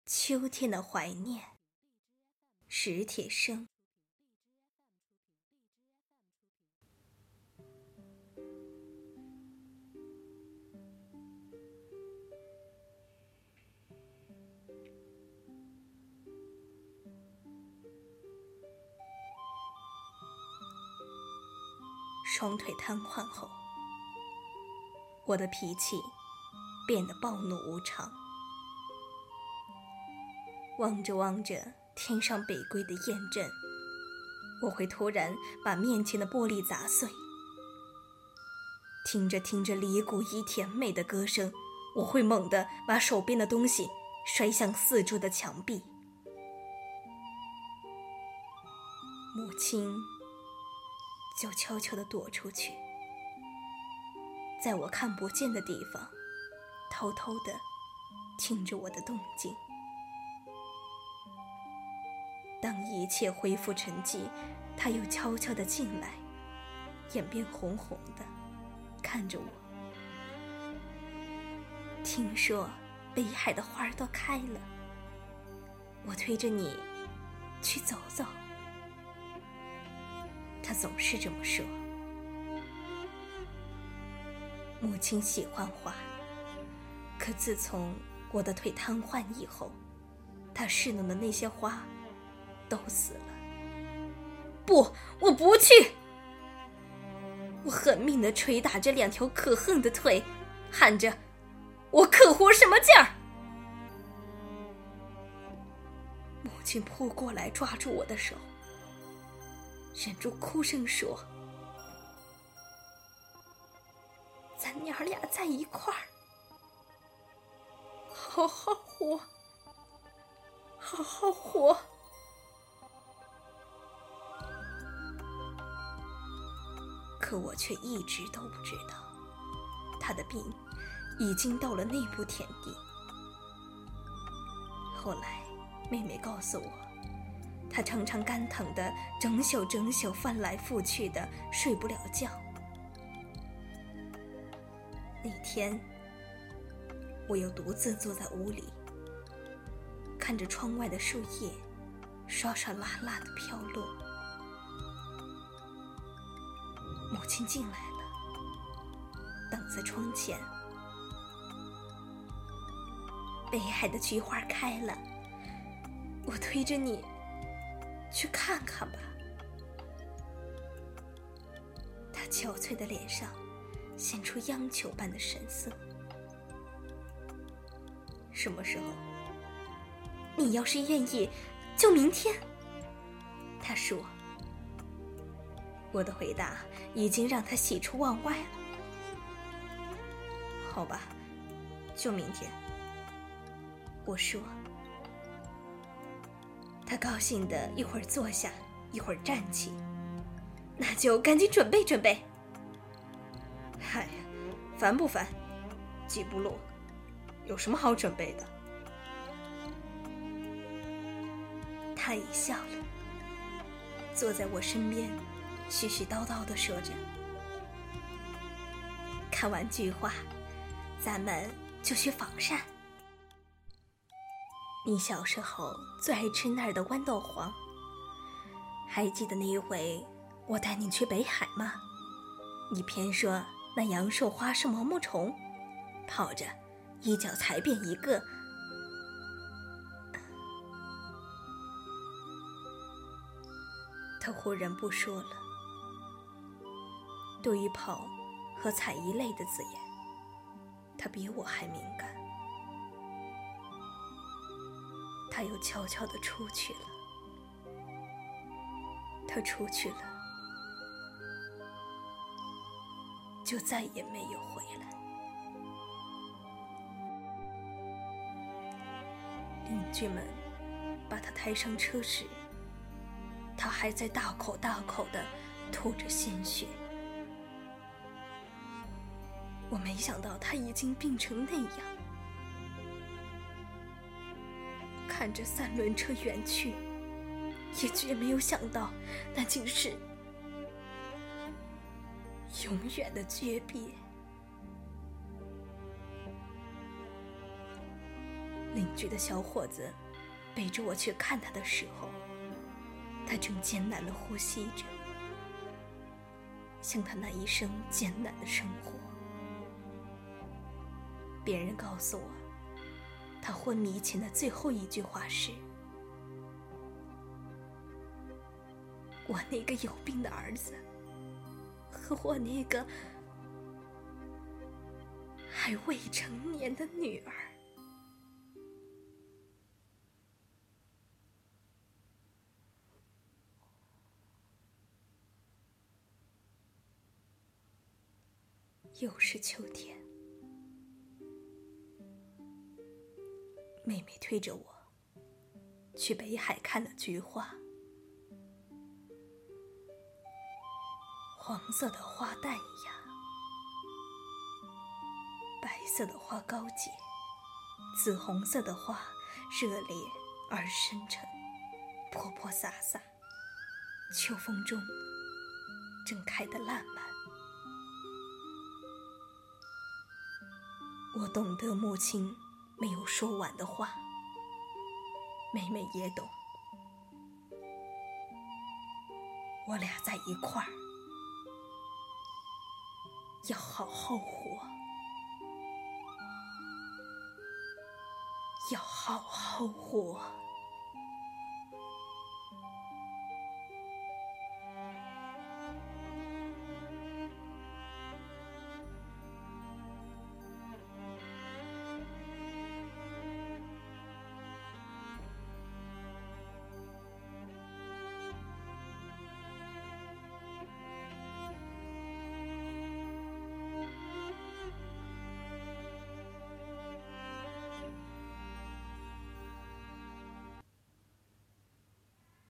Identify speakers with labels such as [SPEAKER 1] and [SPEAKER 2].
[SPEAKER 1] 秋天的怀念，史铁生。双腿瘫痪后，我的脾气变得暴怒无常。望着望着天上北归的雁阵，我会突然把面前的玻璃砸碎。听着听着李谷一甜美的歌声，我会猛地把手边的东西摔向四周的墙壁。母亲就悄悄地躲出去，在我看不见的地方偷偷地听着我的动静。当一切恢复沉寂，他又悄悄地进来，眼边红红的看着我。听说北海的花都开了，我推着你去走走。他总是这么说。母亲喜欢花，可自从我的腿瘫痪以后，她侍弄的那些花都死了。不，我不去！我狠命地捶打着两条可恨的腿，喊着我可活什么劲儿！母亲扑过来抓住我的手，忍住哭声说，咱娘俩在一块儿，好好活，好好活。可我却一直都不知道，他的病已经到了那步田地。后来妹妹告诉我，他常常肝疼的整宿翻来覆去的睡不了觉。那天我又独自坐在屋里，看着窗外的树叶刷刷啦啦的飘落。母亲进来了，挡在窗前。北海的菊花开了，我推着你去看看吧。他憔悴的脸上现出央求般的神色。什么时候？你要是愿意，就明天。他说。我的回答已经让他喜出望外了。好吧，就明天。我说。他高兴地一会儿坐下，一会儿站起。那就赶紧准备准备。嗨呀，烦不烦？几步路，有什么好准备的？他一笑了，坐在我身边，絮絮叨叨地说着，看完菊花，咱们就去仿膳。你小时候最爱吃那儿的豌豆黄，还记得那一回我带你去北海吗？你偏说那杨寿花是毛毛虫，跑着一脚踩扁一个。他忽然不说了。对于跑和踩一类的字眼，他比我还敏感。他又悄悄地出去了。他出去了，就再也没有回来。邻居们把他抬上车时，他还在大口大口地吐着鲜血。我没想到他已经病成那样。看着三轮车远去，也绝没有想到那竟是永远的诀别。 邻居的小伙子背着我去看他的时候，他正艰难地呼吸着，像他那一生艰难的生活。别人告诉我，他昏迷前的最后一句话是：我那个有病的儿子和我那个还未成年的女儿。又是秋天，妹妹推着我去北海看了菊花。黄色的花淡雅，白色的花高洁，紫红色的花热烈而深沉，泼泼洒洒，秋风中正开得烂漫。我懂得母亲没有说完的话，妹妹也懂。我俩在一块儿，要好好活，要好好活。